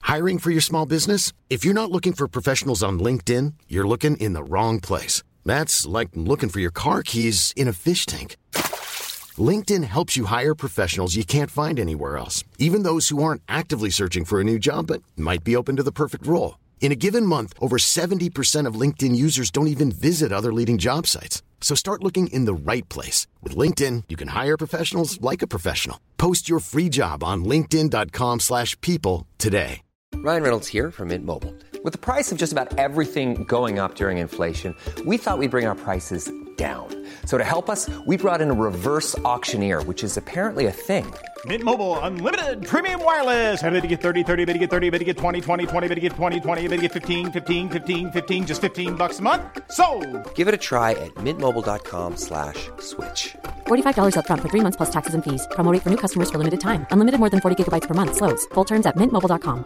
Hiring for your small business? If you're not looking for professionals on LinkedIn, you're looking in the wrong place. That's like looking for your car keys in a fish tank. LinkedIn helps you hire professionals you can't find anywhere else, even those who aren't actively searching for a new job but might be open to the perfect role. In a given month, over 70% of LinkedIn users don't even visit other leading job sites. So start looking in the right place. With LinkedIn, you can hire professionals like a professional. Post your free job on linkedin.com/people today. Ryan Reynolds here from Mint Mobile. With the price of just about everything going up during inflation, we thought we'd bring our prices down. So to help us, we brought in a reverse auctioneer, which is apparently a thing. Mint Mobile Unlimited Premium Wireless. How to get 30, 30, bit to get 30, bit to get 20, 20, 20, bit to get 20, 20, bit to get 15, 15, 15, 15, just $15 a month? Sold! Give it a try at mintmobile.com/switch. $45 up front for 3 months plus taxes and fees. Promo rate for new customers for limited time. Unlimited more than 40 gigabytes per month. Slows full terms at mintmobile.com.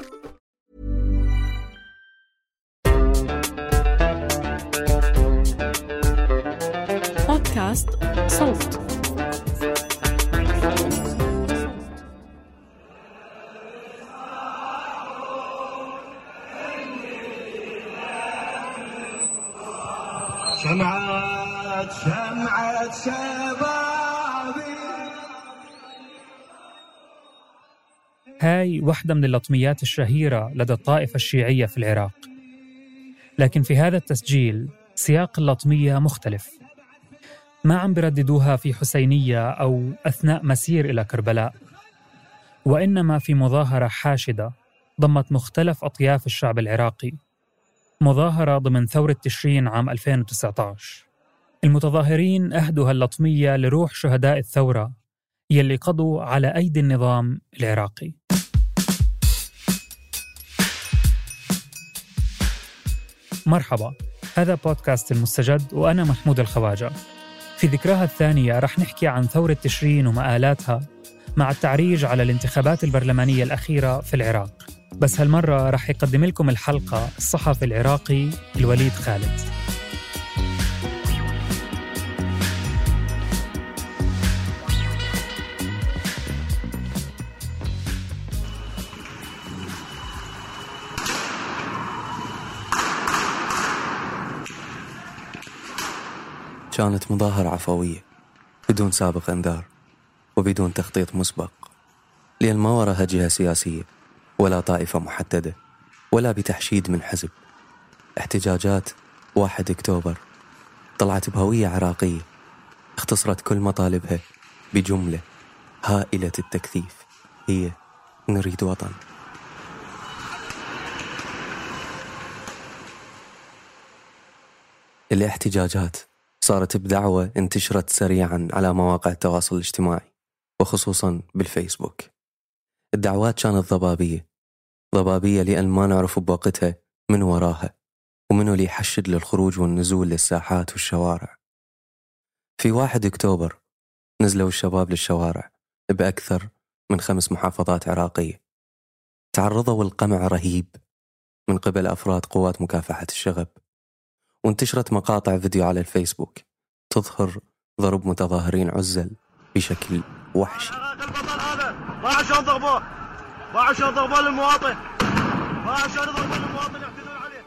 بودكاست صوت. شمعة شبابي. هاي واحدة من اللطميات الشهيرة لدى الطائفة الشيعية في العراق. لكن في هذا التسجيل سياق اللطمية مختلف. ما عم برددوها في حسينية أو أثناء مسير إلى كربلاء، وإنما في مظاهرة حاشدة ضمت مختلف أطياف الشعب العراقي، مظاهرة ضمن ثورة تشرين عام 2019. المتظاهرين أهدوا هاللطمية لروح شهداء الثورة يلي قضوا على أيدي النظام العراقي. مرحبا، هذا بودكاست المستجد وأنا محمود الخواجة. في ذكراها الثانية رح نحكي عن ثورة تشرين ومآلاتها مع التعريج على الانتخابات البرلمانية الأخيرة في العراق. بس هالمرة رح يقدم لكم الحلقة الصحفي العراقي الوليد خالد. كانت مظاهرة عفوية بدون سابق انذار وبدون تخطيط مسبق، لأن ما وراها جهة سياسية ولا طائفة محددة ولا بتحشيد من حزب. احتجاجات 1 أكتوبر طلعت بهوية عراقية اختصرت كل مطالبها بجملة هائلة التكثيف، هي نريد وطن. الاحتجاجات صارت بدعوة انتشرت سريعا على مواقع التواصل الاجتماعي وخصوصا بالفيسبوك. الدعوات كانت ضبابية لأن ما نعرف بوقتها من وراها ومنو اللي يحشد للخروج والنزول للساحات والشوارع. في 1 أكتوبر نزلوا الشباب للشوارع بأكثر من 5 محافظات عراقية، تعرضوا للقمع رهيب من قبل أفراد قوات مكافحة الشغب، وانتشرت مقاطع فيديو على الفيسبوك تظهر ضرب متظاهرين عزل بشكل وحشي. ما عشان ضربوه للمواطن، ما عشان يضربوا للمواطن يعتدون عليه.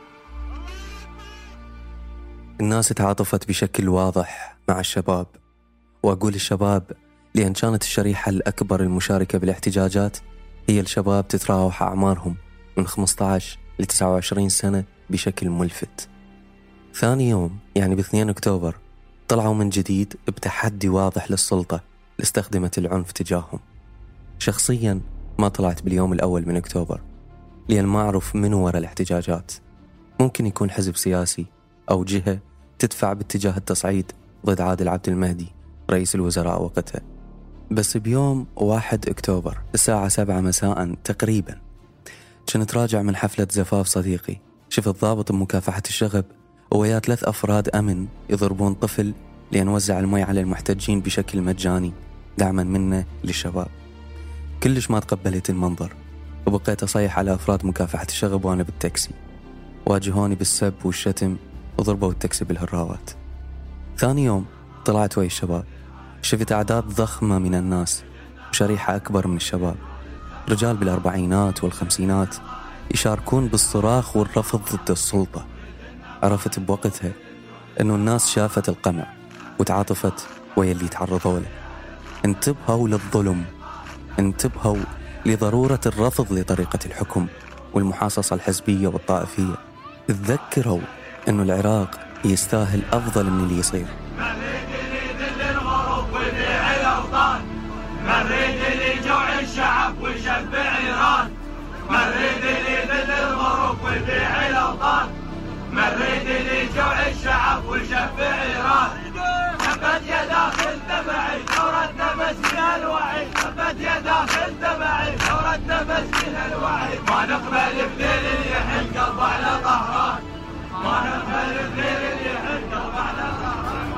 الناس تعاطفت بشكل واضح مع الشباب، وأقول الشباب لأن كانت الشريحة الأكبر المشاركة بالاحتجاجات هي الشباب تتراوح أعمارهم من 15 ل 29 سنة بشكل ملفت. ثاني يوم يعني ب2 أكتوبر طلعوا من جديد بتحدي واضح للسلطة لاستخدمت العنف تجاههم. شخصياً ما طلعت باليوم الأول من أكتوبر لأن ما أعرف من وراء الاحتجاجات، ممكن يكون حزب سياسي أو جهة تدفع باتجاه التصعيد ضد عادل عبد المهدي رئيس الوزراء وقتها. بس بيوم 1 أكتوبر الساعة 7 مساء تقريباً كنت راجع من حفلة زفاف صديقي، شفت ضابط بمكافحة الشغب ويا 3 أفراد أمن يضربون طفل لأن وزع المي على المحتجين بشكل مجاني دعما منه للشباب. كلش ما تقبلت المنظر وبقيت أصيح على أفراد مكافحة الشغب وأنا بالتاكسي، واجهوني بالسب والشتم وضربوا التاكسي بالهراوات. ثاني يوم طلعت ويا الشباب، شفت أعداد ضخمة من الناس وشريحة أكبر من الشباب، رجال بالأربعينات والخمسينات يشاركون بالصراخ والرفض ضد السلطة. عرفت بوقتها أنه الناس شافت القمع وتعاطفت ويا اللي تعرضوا له. انتبهوا للظلم، انتبهوا لضرورة الرفض لطريقة الحكم والمحاصصة الحزبية والطائفية. تذكروا أنه العراق يستاهل أفضل من اللي يصير. مريد اللي جوع الشعب ويشبع إيران، مريد اللي يذل الغروب ويبيع الأوطان، مريد اللي جوع الشعب ويشبع إيران. ثبت يا داخل تبعي ثورتنا مسكين الوعي، ثبت يا داخل تبعي ثورتنا مسكين الوعي. ما نقبل بذيل اللي يحل قلبه على طهران، ما نقبل بذيل اللي يحل قلبه على طهران.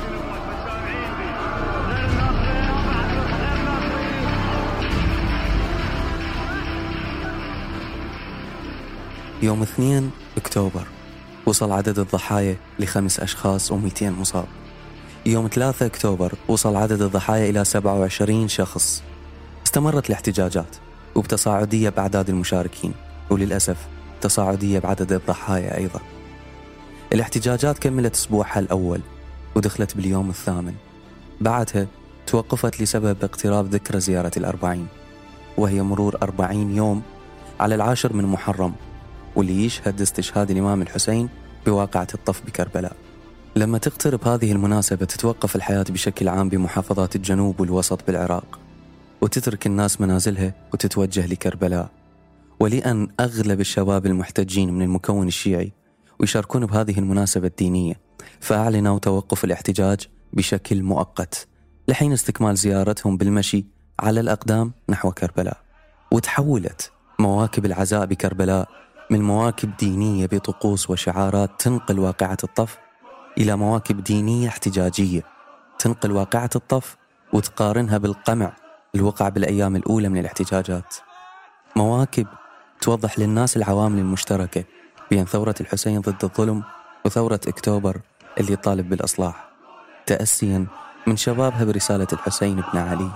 يوم 2 أكتوبر وصل عدد الضحايا ل5 أشخاص و200 مصاب. يوم 3 أكتوبر وصل عدد الضحايا إلى 27 شخص. استمرت الاحتجاجات وبتصاعدية بأعداد المشاركين، وللأسف تصاعدية بعدد الضحايا أيضا. الاحتجاجات كملت أسبوعها الأول ودخلت باليوم الثامن. بعدها توقفت لسبب اقتراب ذكرى زيارة ال40، وهي مرور 40 يوم على 10 من محرم، واللي يشهد استشهاد الإمام الحسين بواقعة الطف بكربلاء. لما تقترب هذه المناسبة تتوقف الحياة بشكل عام بمحافظات الجنوب والوسط بالعراق، وتترك الناس منازلها وتتوجه لكربلاء. ولأن أغلب الشباب المحتجين من المكون الشيعي ويشاركون بهذه المناسبة الدينية، فأعلنوا توقف الاحتجاج بشكل مؤقت لحين استكمال زيارتهم بالمشي على الأقدام نحو كربلاء. وتحولت مواكب العزاء بكربلاء من مواكب دينية بطقوس وشعارات تنقل واقعة الطف إلى مواكب دينية احتجاجية تنقل واقعة الطف وتقارنها بالقمع الوقع بالأيام الأولى من الاحتجاجات. مواكب توضح للناس العوامل المشتركة بين ثورة الحسين ضد الظلم وثورة أكتوبر اللي طالب بالإصلاح، تأسيا من شبابها برسالة الحسين بن علي.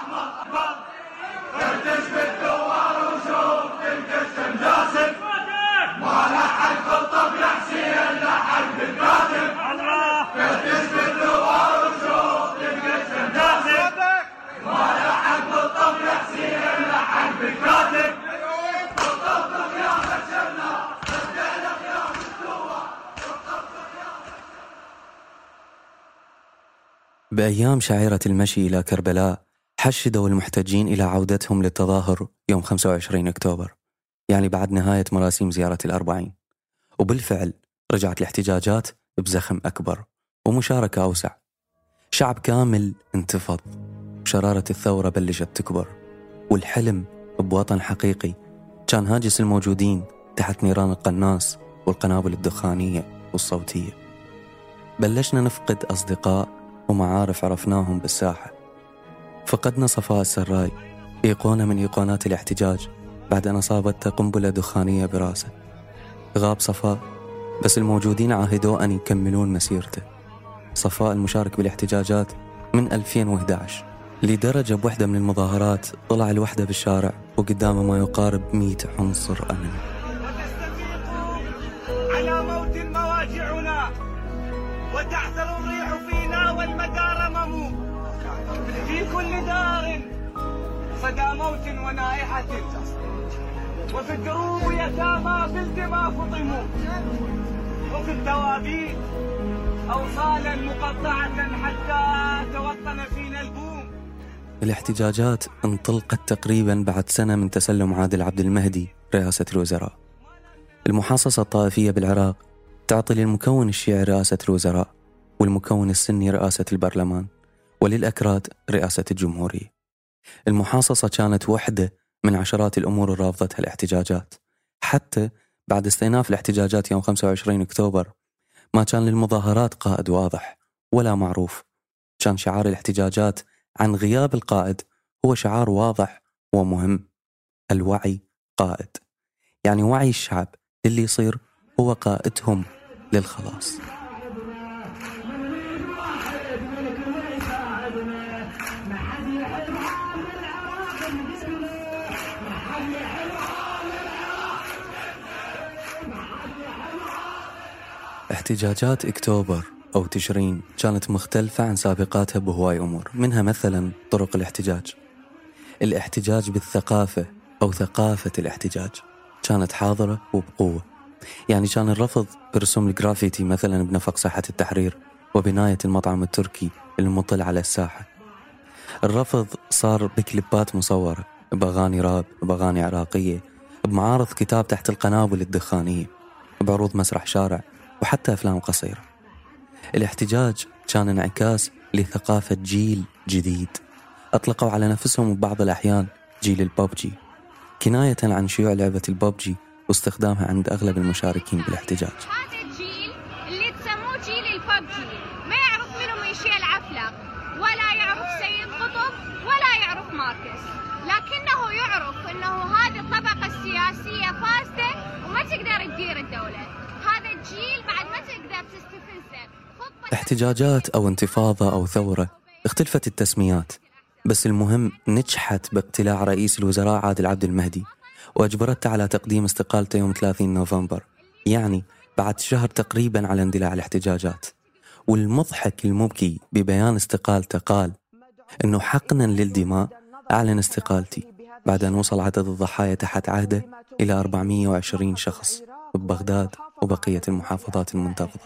بأيام شعيرة المشي إلى كربلاء حشدوا المحتجين إلى عودتهم للتظاهر يوم 25 أكتوبر، يعني بعد نهاية مراسيم زيارة ال40. وبالفعل رجعت الاحتجاجات بزخم أكبر ومشاركة أوسع. شعب كامل انتفض، وشرارة الثورة بلشت تكبر، والحلم بوطن حقيقي كان هاجس الموجودين تحت نيران القناص والقنابل الدخانية والصوتية. بلشنا نفقد أصدقاء ومعارف عرفناهم بالساحة. فقدنا صفاء السراي، إيقونة من إيقونات الاحتجاج، بعد أن أصابته قنبلة دخانية براسه. غاب صفاء، بس الموجودين عاهدوا أن يكملون مسيرته. صفاء المشارك بالاحتجاجات من 2011، لدرجة بوحدة من المظاهرات طلع الوحدة بالشارع وقدامه ما يقارب 100 عنصر أمن. على موت مواجعنا وتعثر الريح فينا والمدار مموت، في كل دار صدى موت ونائحة، وفي الدروب يتامى بالدماء فطموا، وفي التوابيت أوصالا مقطعة حتى توطن فينا البوم. الاحتجاجات انطلقت تقريبا بعد سنة من تسلم عادل عبد المهدي رئاسة الوزراء. المحاصصة الطائفية بالعراق تعطي للمكون الشيعي رئاسة الوزراء، والمكون السني رئاسة البرلمان، وللأكراد رئاسة الجمهورية. المحاصصة كانت واحدة من عشرات الأمور اللي رافضتها الاحتجاجات. حتى بعد استئناف الاحتجاجات يوم 25 أكتوبر ما كان للمظاهرات قائد واضح ولا معروف. كان شعار الاحتجاجات عن غياب القائد هو شعار واضح ومهم: الوعي قائد. يعني وعي الشعب اللي يصير هو قائدهم للخلاص. احتجاجات أكتوبر أو تشرين كانت مختلفة عن سابقاتها بهواي أمور، منها مثلا طرق الاحتجاج بالثقافة أو ثقافة الاحتجاج كانت حاضرة وبقوة. يعني كان الرفض برسوم الجرافيتي مثلا بنفق ساحة التحرير وبناية المطعم التركي المطل على الساحة. الرفض صار بكليبات مصورة، بأغاني راب، بأغاني عراقية، بمعارض كتاب تحت القنابل الدخانية، بعروض مسرح شارع، وحتى أفلام قصيرة. الاحتجاج كان انعكاس لثقافة جيل جديد أطلقوا على نفسهم ببعض الأحيان جيل البابجي، كناية عن شيوع لعبة البابجي واستخدامها عند أغلب المشاركين بالاحتجاج. هذا الجيل اللي تسموه جيل البابجي ما يعرف منه ميشيل عفلق ولا يعرف سيد قطب ولا يعرف ماركس، لكنه يعرف أنه هذه الطبقة السياسية فاسدة وما تقدر تدير الدولة. هذا الجيل بعد ما تقدر تستفزه. احتجاجات أو انتفاضة أو ثورة اختلفت التسميات، بس المهم نجحت باقتلاع رئيس الوزراء عادل عبد المهدي وأجبرته على تقديم استقالته يوم 30 نوفمبر، يعني بعد شهر تقريبا على اندلاع الاحتجاجات. والمضحك المبكي ببيان استقالته قال إنه حقنا للدماء أعلن استقالتي بعد أن وصل عدد الضحايا تحت عهده إلى 420 شخص ببغداد وبقية المحافظات المنتفضة.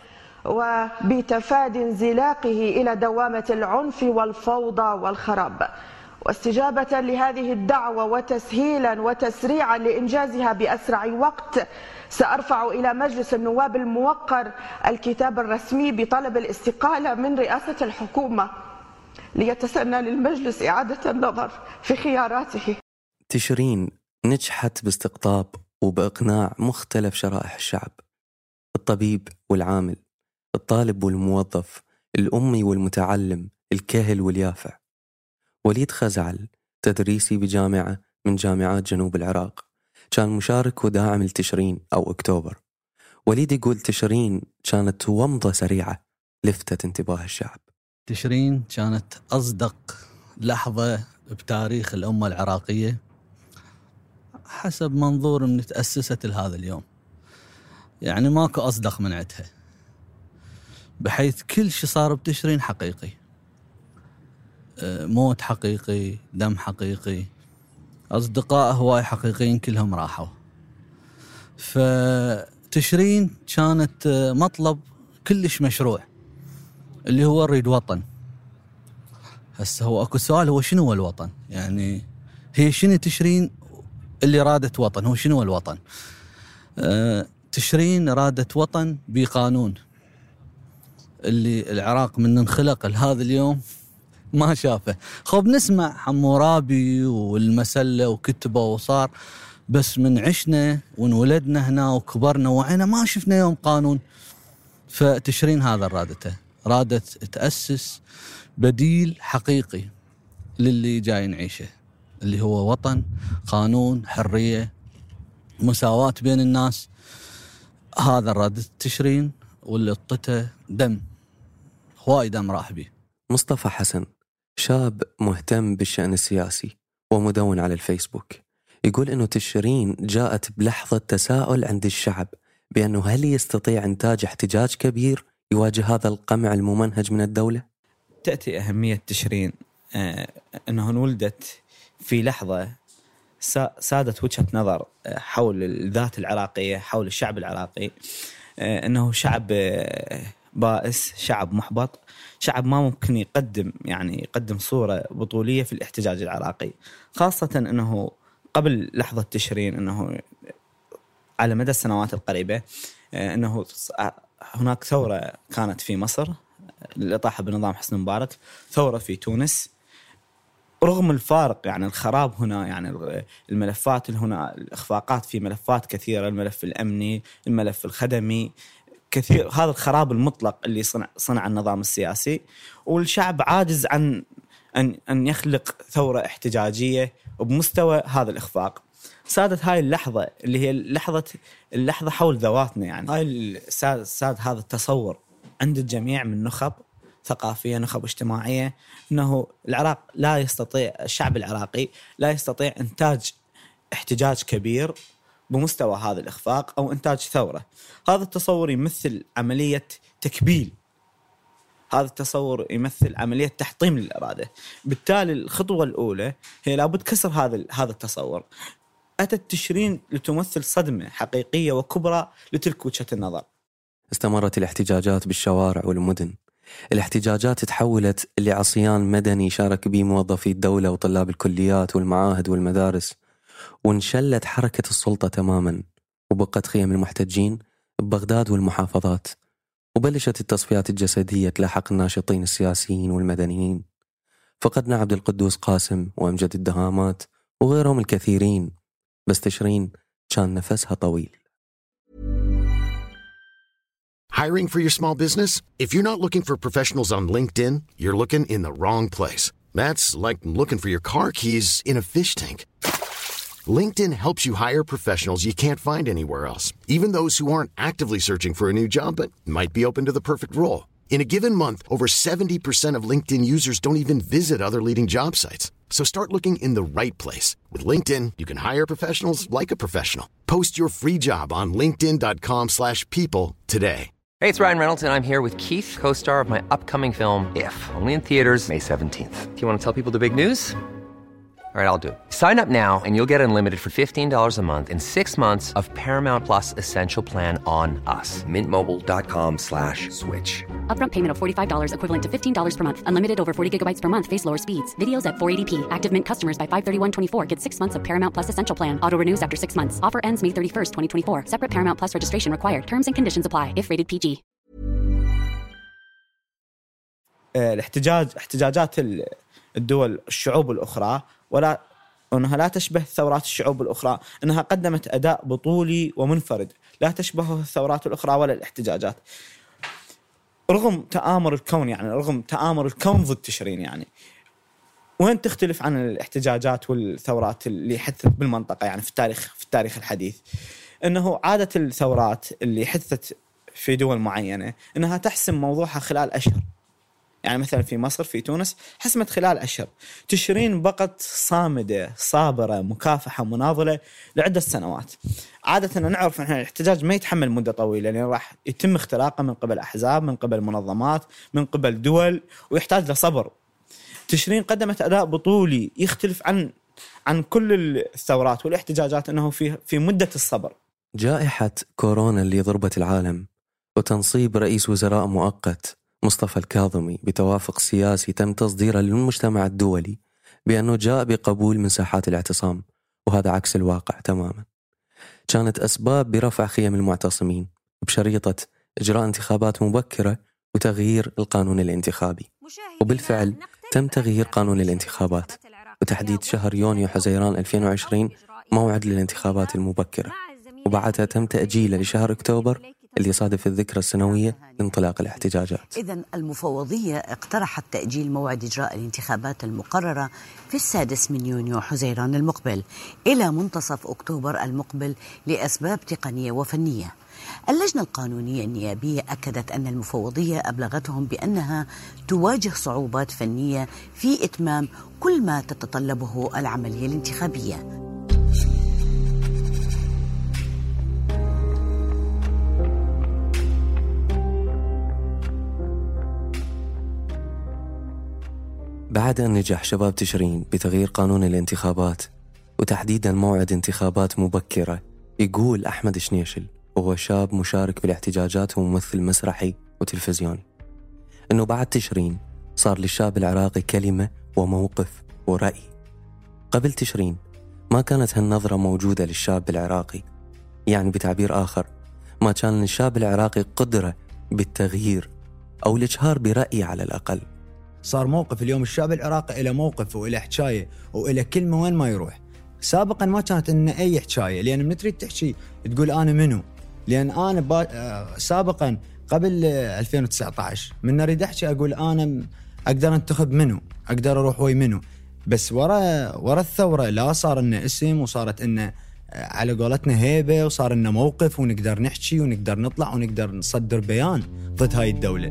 وبتفادي انزلاقه إلى دوامة العنف والفوضى والخراب. واستجابة لهذه الدعوة وتسهيلا وتسريعا لإنجازها بأسرع وقت، سأرفع إلى مجلس النواب الموقر الكتاب الرسمي بطلب الاستقالة من رئاسة الحكومة ليتسنى للمجلس إعادة النظر في خياراته. تشرين نجحت باستقطاب وبإقناع مختلف شرائح الشعب، الطبيب والعامل، الطالب والموظف، الأمي والمتعلم، الكهل واليافع. وليد خزعل تدريسي بجامعة من جامعات جنوب العراق كان مشارك وداعم لتشرين أو أكتوبر. وليد يقول تشرين كانت ومضة سريعة لفتت انتباه الشعب. تشرين كانت أصدق لحظة بتاريخ الأمة العراقية حسب منظور من تأسست لهذا اليوم، يعني ماكو أصدق من عدها، بحيث كل شيء صار بتشرين حقيقي، موت حقيقي، دم حقيقي، أصدقاء هواي حقيقيين كلهم راحوا. فتشرين كانت مطلب كلش مشروع اللي هو نريد وطن. هسه هو أكو سؤال، هو شنو هو الوطن؟ يعني هي شنو تشرين اللي رادت وطن؟ هو شنو هو الوطن؟ تشرين رادت وطن بقانون اللي العراق من انخلق لهذا اليوم ما شافه. خب نسمع حمورابي والمسلة وكتبه وصار، بس من عشنا ونولدنا هنا وكبرنا وعينا ما شفنا يوم قانون. فتشرين هذا رادت تأسس بديل حقيقي للي جاي نعيشه، اللي هو وطن، قانون، حرية، مساواة بين الناس. هذا رادت تشرين واللي طته دم، هواي دم راح بيه. مصطفى حسن شاب مهتم بالشأن السياسي ومدون على الفيسبوك، يقول إنه تشرين جاءت بلحظة تساؤل عند الشعب بأنه هل يستطيع إنتاج احتجاج كبير يواجه هذا القمع الممنهج من الدولة؟ تأتي أهمية تشرين أنه انولدت في لحظة سادت وجهة نظر حول الذات العراقية، حول الشعب العراقي، أنه شعب بائس، شعب محبط، شعب ما ممكن يقدم صورة بطولية في الاحتجاج العراقي، خاصة أنه قبل لحظة تشرين أنه على مدى السنوات القريبة أنه هناك ثورة كانت في مصر للإطاحة بنظام حسني مبارك، ثورة في تونس. رغم الفارق الخراب هنا، الملفات هنا، الإخفاقات في ملفات كثيرة، الملف الأمني، الملف الخدمي، كثير. هذا الخراب المطلق اللي صنع النظام السياسي، والشعب عاجز عن أن يخلق ثورة احتجاجية بمستوى هذا الإخفاق. سادت هاي اللحظة اللي هي اللحظة حول ذواتنا، هاي ساد هذا التصور عند الجميع من نخب ثقافية، نخب اجتماعية، أنه العراق لا يستطيع، الشعب العراقي لا يستطيع إنتاج احتجاج كبير بمستوى هذا الإخفاق أو إنتاج ثورة. هذا التصور يمثل عملية تكبيل، هذا التصور يمثل عملية تحطيم للإرادة. بالتالي الخطوة الأولى هي لابد كسر هذا التصور. أتت تشرين لتمثل صدمة حقيقية وكبرى لتلك وجهة النظر. استمرت الاحتجاجات بالشوارع والمدن. الاحتجاجات تحولت لعصيان مدني شارك به موظفي الدولة وطلاب الكليات والمعاهد والمدارس، وانشلت حركة السلطة تماما، وبقت خيم المحتجين ببغداد والمحافظات. وبلشت التصفيات الجسدية تلاحق الناشطين السياسيين والمدنيين. فقدنا عبد القدوس قاسم وأمجد الدهامات وغيرهم الكثيرين، بس تشرين كان نفسها طويل. Hiring for your small business? If you're not looking for professionals on LinkedIn, you're looking in the wrong place. That's like looking for your car keys in a fish tank. LinkedIn helps you hire professionals you can't find anywhere else, even those who aren't actively searching for a new job but might be open to the perfect role. In a given month, over 70% of LinkedIn users don't even visit other leading job sites. So start looking in the right place. With LinkedIn, you can hire professionals like a professional. Post your free job on linkedin.com/people today. Hey, it's Ryan Reynolds, and I'm here with Keith, co-star of my upcoming film, If, only in theaters May 17th. Do you want to tell people the big news? All right, I'll do it. Sign up now and you'll get unlimited for $15 a month and 6 months of Paramount Plus Essential Plan on us. MintMobile.com/switch. Upfront payment of $45 equivalent to $15 per month. Unlimited over 40 gigabytes per month. Face lower speeds. Videos at 480p. Active Mint customers by 531.24 get 6 months of Paramount Plus Essential Plan. Auto renews after 6 months. Offer ends May 31st, 2024. Separate Paramount Plus registration required. Terms and conditions apply if rated PG. احتجاجات الدول الشعوب الأخرى ولا أنها لا تشبه ثورات الشعوب الأخرى، أنها قدمت أداء بطولي ومنفرد لا تشبهه الثورات الأخرى ولا الاحتجاجات. رغم تآمر الكون، يعني رغم تآمر الكون ضد تشرين، يعني وين تختلف عن الاحتجاجات والثورات اللي حدثت بالمنطقة يعني في التاريخ الحديث، أنه عادة الثورات اللي حدثت في دول معينة أنها تحسم موضوعها خلال أشهر. يعني مثلا في مصر في تونس حسمت خلال أشهر. تشرين بقت صامدة صابرة مكافحة مناضلة لعدة سنوات. عادة نعرف أن الاحتجاج ما يتحمل مدة طويلة، لأن راح يتم اختراقه من قبل أحزاب، من قبل منظمات، من قبل دول، ويحتاج لصبر. تشرين قدمت أداء بطولي يختلف عن كل الثورات والاحتجاجات، أنه في مدة الصبر. جائحة كورونا اللي ضربت العالم وتنصيب رئيس وزراء مؤقت مصطفى الكاظمي بتوافق سياسي تم تصديره للمجتمع الدولي بأنه جاء بقبول من ساحات الاعتصام، وهذا عكس الواقع تماما. كانت أسباب برفع خيم المعتصمين بشريطة إجراء انتخابات مبكرة وتغيير القانون الانتخابي، وبالفعل تم تغيير قانون الانتخابات وتحديد شهر يونيو حزيران 2020 موعد للانتخابات المبكرة، وبعدها تم تأجيله لشهر أكتوبر اللي صادف الذكرى السنوية لانطلاق الاحتجاجات. إذن المفوضية اقترحت تأجيل موعد إجراء الانتخابات المقررة في 6 من يونيو حزيران المقبل إلى منتصف أكتوبر المقبل لأسباب تقنية وفنية. اللجنة القانونية النيابية أكدت أن المفوضية أبلغتهم بأنها تواجه صعوبات فنية في إتمام كل ما تتطلبه العملية الانتخابية. بعد أن نجح شباب تشرين بتغيير قانون الانتخابات وتحديدا موعد انتخابات مبكرة، يقول أحمد شنيشل وهو شاب مشارك بالاحتجاجات وممثل مسرحي وتلفزيوني أنه بعد تشرين صار للشاب العراقي كلمة وموقف ورأي. قبل تشرين ما كانت هالنظرة موجودة للشاب العراقي، يعني بتعبير آخر ما كان للشاب العراقي قدرة بالتغيير أو الإجهار برأي على الأقل. صار موقف اليوم الشعب العراقي إلى موقف وإلى حكاية وإلى كلمة وين ما يروح. سابقا ما كانت إن أي حكاية، لأن من تريد تحكي تقول أنا منو، لأن أنا سابقا قبل 2019 من أريد أحكي أقول أنا أقدر أنتخب منو، أقدر أروح وي منو. بس ورا الثورة لا صار لنا اسم، وصارت لنا على قولتنا هيبة، وصار لنا موقف ونقدر نحكي ونقدر نطلع ونقدر نصدر بيان ضد هاي الدولة.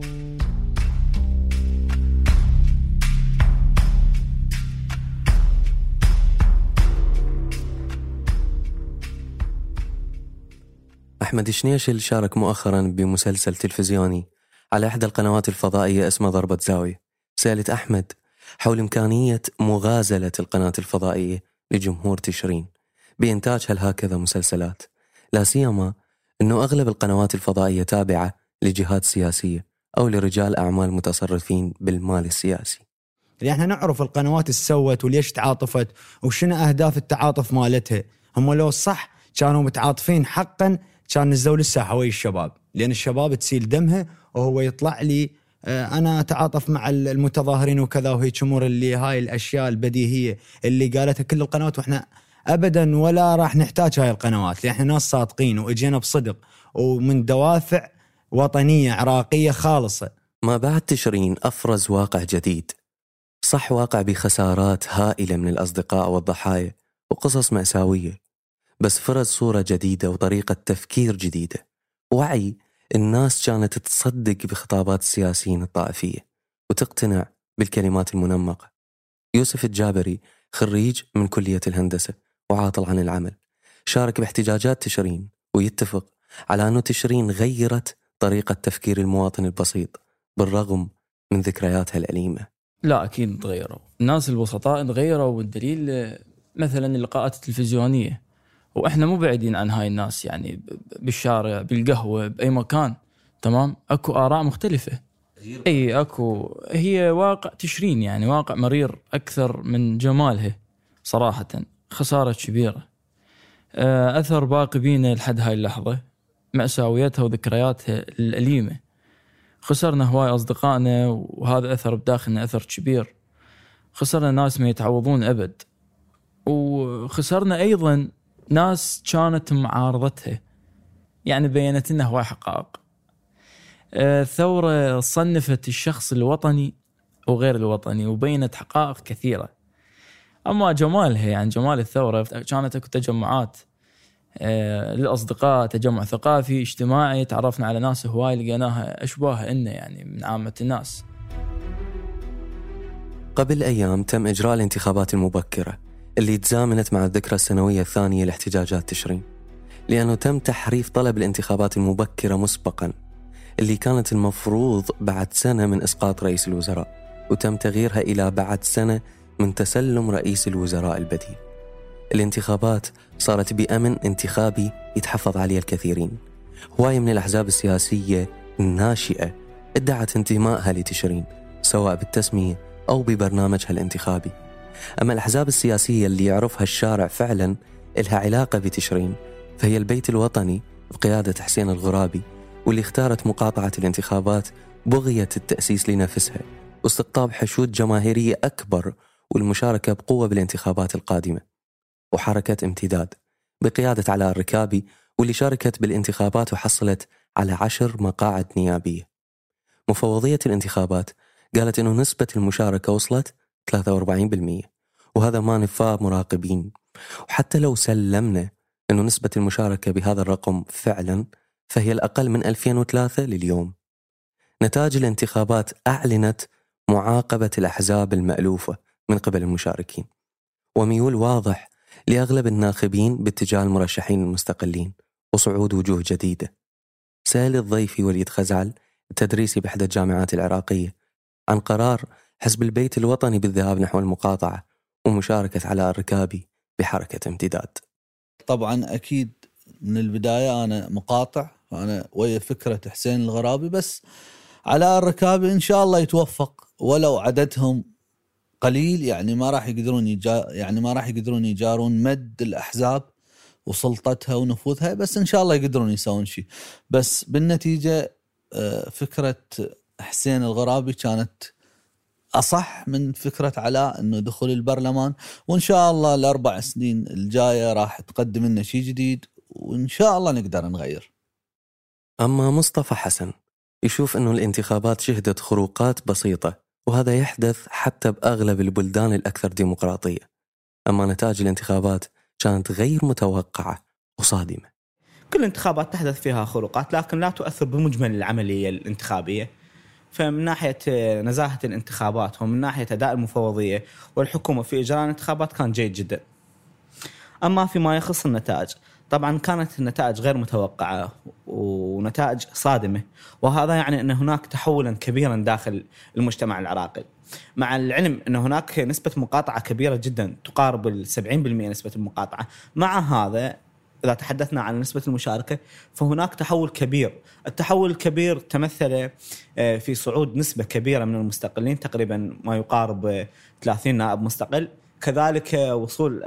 أحمد شنيشل شارك مؤخرا بمسلسل تلفزيوني على إحدى القنوات الفضائية اسمه ضربة زاوية. سألت أحمد حول إمكانية مغازلة القناة الفضائية لجمهور تشرين بإنتاج هكذا مسلسلات، لا سيما أنه أغلب القنوات الفضائية تابعة لجهات سياسية أو لرجال أعمال متصرفين بالمال السياسي. يعني احنا نعرف القنوات السوت وليش تعاطفت وشنو أهداف التعاطف مالتها. هم لو صح كانوا متعاطفين حقا كان نزلوا للساحة ويا الشباب، لأن الشباب تسيل دمها وهو يطلع لي أنا أتعاطف مع المتظاهرين وكذا وهيك أمور، اللي هاي الأشياء البديهية اللي قالتها كل القنوات، وإحنا أبدا ولا راح نحتاج هاي القنوات، لأن إحنا ناس صادقين وإجينا بصدق ومن دوافع وطنية عراقية خالصة. ما بعد تشرين أفرز واقع جديد، صح واقع بخسارات هائلة من الأصدقاء والضحايا وقصص مأساوية، بس فرز صورة جديدة وطريقة تفكير جديدة، وعي الناس كانت تصدق بخطابات السياسيين الطائفية وتقتنع بالكلمات المنمقة. يوسف الجابري خريج من كلية الهندسة وعاطل عن العمل، شارك باحتجاجات تشرين ويتفق على أنه تشرين غيرت طريقة تفكير المواطن البسيط بالرغم من ذكرياتها الأليمة. لا أكيد تغيروا، الناس البسطاء تغيروا، والدليل مثلا اللقاءات التلفزيونية، وإحنا مو بعيدين عن هاي الناس، يعني بالشارع بالقهوة بأي مكان، تمام، أكو آراء مختلفة. أي أكو، هي واقع تشرين يعني واقع مرير أكثر من جمالها صراحة، خسارة كبيرة، أثر باقي بينا لحد هاي اللحظة، مأساوياتها وذكرياتها الأليمة. خسرنا هواي أصدقائنا وهذا أثر بداخلنا، أثر كبير. خسرنا ناس ما يتعوضون أبد، وخسرنا أيضا ناس كانت معارضتها، يعني بينت لنا هواي حقائق. الثورة صنفت الشخص الوطني وغير الوطني وبينت حقائق كثيرة. أما جمالها، يعني جمال الثورة، كانت أكو تجمعات للأصدقاء، تجمع ثقافي اجتماعي، تعرفنا على ناس هواي لقيناها أشباه إنه يعني من عامة الناس. قبل أيام تم إجراء الانتخابات المبكرة اللي تزامنت مع الذكرى السنوية الثانية لاحتجاجات تشرين، لأنه تم تحريف طلب الانتخابات المبكرة مسبقا اللي كانت المفروض بعد سنة من إسقاط رئيس الوزراء، وتم تغييرها إلى بعد سنة من تسلم رئيس الوزراء البديل. الانتخابات صارت بأمن انتخابي يتحفظ عليه الكثيرين. هواية من الأحزاب السياسية الناشئة ادعت انتمائها لتشرين سواء بالتسمية أو ببرنامجها الانتخابي. أما الأحزاب السياسية اللي يعرفها الشارع فعلا إلها علاقة بتشرين فهي البيت الوطني بقيادة حسين الغرابي، واللي اختارت مقاطعة الانتخابات بغية التأسيس لنفسها واستقطاب حشود جماهيرية أكبر والمشاركة بقوة بالانتخابات القادمة. وحركة امتداد بقيادة علاء الركابي واللي شاركت بالانتخابات وحصلت على 10 مقاعد نيابية. مفوضية الانتخابات قالت إنه نسبة المشاركة وصلت 43%، وهذا ما نفاه مراقبين. وحتى لو سلمنا إنه نسبة المشاركة بهذا الرقم فعلا فهي الأقل من 2003 لليوم. نتائج الانتخابات أعلنت معاقبة الأحزاب المألوفة من قبل المشاركين، وميول واضح لأغلب الناخبين باتجاه المرشحين المستقلين وصعود وجوه جديدة. سأل الضيفي وليد خزعل التدريسي بإحدى الجامعات العراقية عن قرار حزب البيت الوطني بالذهاب نحو المقاطعة ومشاركة علاء الركابي بحركة امتداد. طبعا أكيد من البداية أنا مقاطع، أنا ويا فكرة حسين الغرابي، بس علاء الركابي إن شاء الله يتوفق، ولو عددهم قليل يعني ما راح يقدرون يجارون مد الأحزاب وسلطتها ونفوذها، بس إن شاء الله يقدرون يسوون شيء. بس بالنتيجة فكرة حسين الغرابي كانت أصح من فكرة علاء إنه دخول البرلمان، وإن شاء الله ال4 سنين الجاية راح تقدم لنا شيء جديد وإن شاء الله نقدر نغير. أما مصطفى حسن يشوف إنه الانتخابات شهدت خروقات بسيطة، وهذا يحدث حتى بأغلب البلدان الأكثر ديمقراطية. أما نتائج الانتخابات كانت غير متوقعة وصادمة. كل الانتخابات تحدث فيها خروقات لكن لا تؤثر بمجمل العملية الانتخابية. فمن ناحية نزاهة الانتخابات ومن ناحية أداء المفوضية والحكومة في إجراء الانتخابات كان جيد جدا. أما فيما يخص النتائج، طبعا كانت النتائج غير متوقعة ونتائج صادمة، وهذا يعني أن هناك تحولا كبيرا داخل المجتمع العراقي، مع العلم أن هناك نسبة مقاطعة كبيرة جدا تقارب 70% نسبة المقاطعة. مع هذا إذا تحدثنا عن نسبة المشاركة فهناك تحول كبير. التحول الكبير تمثل في صعود نسبة كبيرة من المستقلين، تقريبا ما يقارب 30 نائب مستقل، كذلك وصول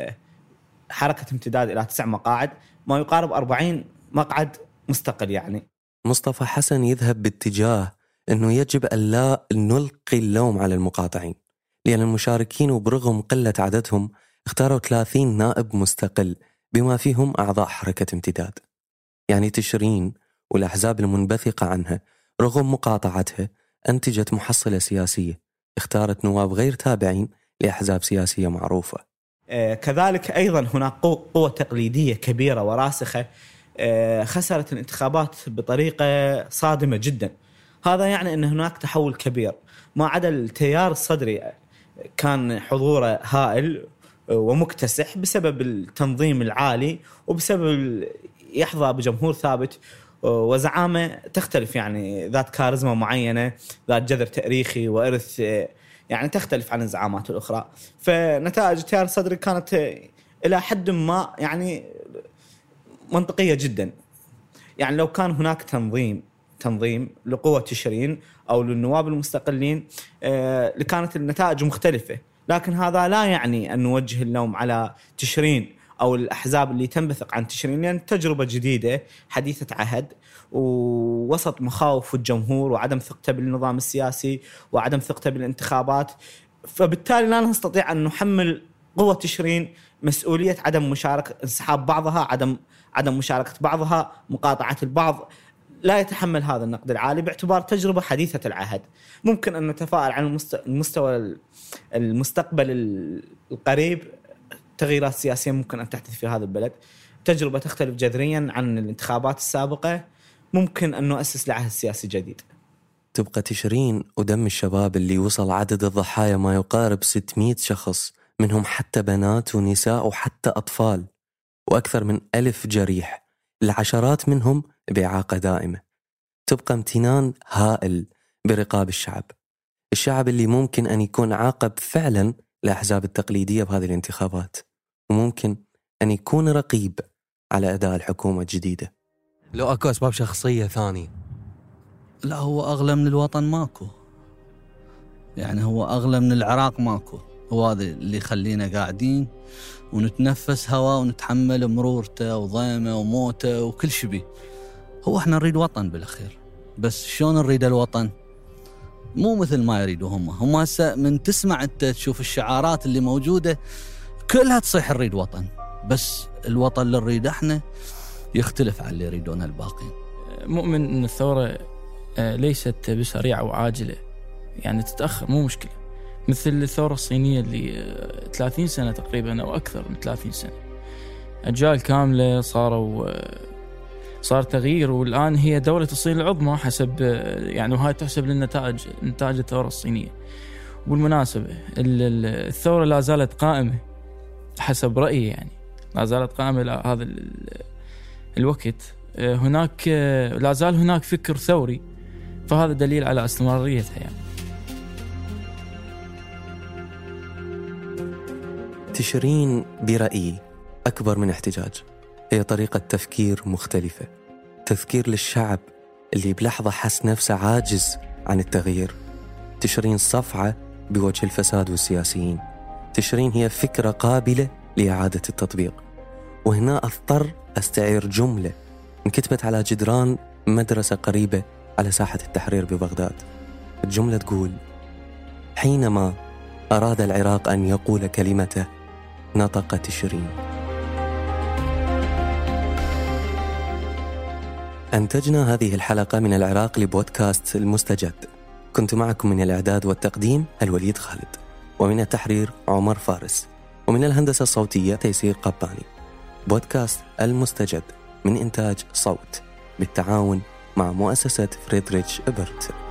حركة امتداد إلى 9 مقاعد، ما يقارب 40 مقعد مستقل. يعني مصطفى حسن يذهب باتجاه أنه يجب أن لا نلقي اللوم على المقاطعين، لأن المشاركين وبرغم قلة عددهم اختاروا 30 نائب مستقل بما فيهم أعضاء حركة امتداد. يعني تشرين والأحزاب المنبثقة عنها رغم مقاطعتها أنتجت محصلة سياسية، اختارت نواب غير تابعين لأحزاب سياسية معروفة. كذلك أيضا هناك قوة تقليدية كبيرة وراسخة خسرت الانتخابات بطريقة صادمة جدا. هذا يعني أن هناك تحول كبير، ما عدا التيار الصدري كان حضوره هائل ومكتسح بسبب التنظيم العالي وبسبب يحظى بجمهور ثابت وزعامة تختلف، يعني ذات كاريزما معينة، ذات جذر تاريخي وإرث يعني تختلف عن الزعامات الأخرى. فنتائج التيار الصدري كانت إلى حد ما يعني منطقية جدا. يعني لو كان هناك تنظيم لقوة تشرين أو للنواب المستقلين لكانت النتائج مختلفة، لكن هذا لا يعني أن نوجه اللوم على تشرين أو الأحزاب اللي تنبثق عن تشرين، لأن تجربة جديدة حديثة عهد ووسط مخاوف الجمهور وعدم ثقته بالنظام السياسي وعدم ثقته بالانتخابات. فبالتالي لا نستطيع أن نحمل قوة تشرين مسؤولية عدم مشاركة، انسحاب بعضها، عدم مشاركة بعضها، مقاطعة البعض. لا يتحمل هذا النقد العالي باعتبار تجربة حديثة العهد. ممكن أن نتفائل عن المستوى المستقبل القريب، تغييرات سياسية ممكن أن تحدث في هذا البلد، تجربة تختلف جذريا عن الانتخابات السابقة، ممكن أن نؤسس لعهد سياسي جديد. تبقى تشرين ودم الشباب اللي وصل عدد الضحايا ما يقارب 600 شخص، منهم حتى بنات ونساء وحتى أطفال، وأكثر من 1000 جريح، العشرات منهم بإعاقة دائمة. تبقى امتنان هائل برقاب الشعب اللي ممكن أن يكون عاقب فعلا لأحزاب التقليدية بهذه الانتخابات، وممكن أن يكون رقيب على أداء الحكومة الجديدة. لو أكو أسباب شخصية ثاني، لا هو أغلى من الوطن ماكو، يعني هو أغلى من العراق ماكو. هو هذا اللي يخلينا قاعدين ونتنفس هواء ونتحمل مرورته وضيمه وموته وكل شيء. هو احنا نريد وطن بالأخير، بس شلون نريد الوطن؟ مو مثل ما يريدوا هم هسه من تسمع انت تشوف الشعارات اللي موجودة كلها تصيح نريد وطن، بس الوطن اللي نريد احنا يختلف عن اللي يريدونه الباقين. مؤمن ان الثورة ليست بسريعة وعاجلة، يعني تتأخر مو مشكلة، مثل الثورة الصينية اللي 30 سنة تقريبا أو أكثر من 30 سنة، أجيال كاملة صار تغيير، والآن هي دولة الصين العظمى حسب يعني، وهاي تحسب للنتائج الثورة الصينية. وبالمناسبة الثورة لا زالت قائمة حسب رأيي، يعني لا زالت قائمة لهذا الوقت. هناك لا زال هناك فكر ثوري، فهذا دليل على استمراريتها. يعني تشرين برأيي أكبر من احتجاج، هي طريقة تفكير مختلفة، تذكير للشعب اللي بلحظة حس نفسه عاجز عن التغيير. تشرين صفعة بوجه الفساد والسياسيين. تشرين هي فكرة قابلة لإعادة التطبيق. وهنا أضطر أستعير جملة انكتبت على جدران مدرسة قريبة على ساحة التحرير ببغداد. الجملة تقول: حينما أراد العراق أن يقول كلمته نطق تشرين. أنتجنا هذه الحلقة من العراق لبودكاست المستجد. كنت معكم من الإعداد والتقديم الوليد خالد، ومن التحرير عمر فارس، ومن الهندسة الصوتية تيسير قباني. بودكاست المستجد من إنتاج صوت بالتعاون مع مؤسسة فريدريتش إبرت.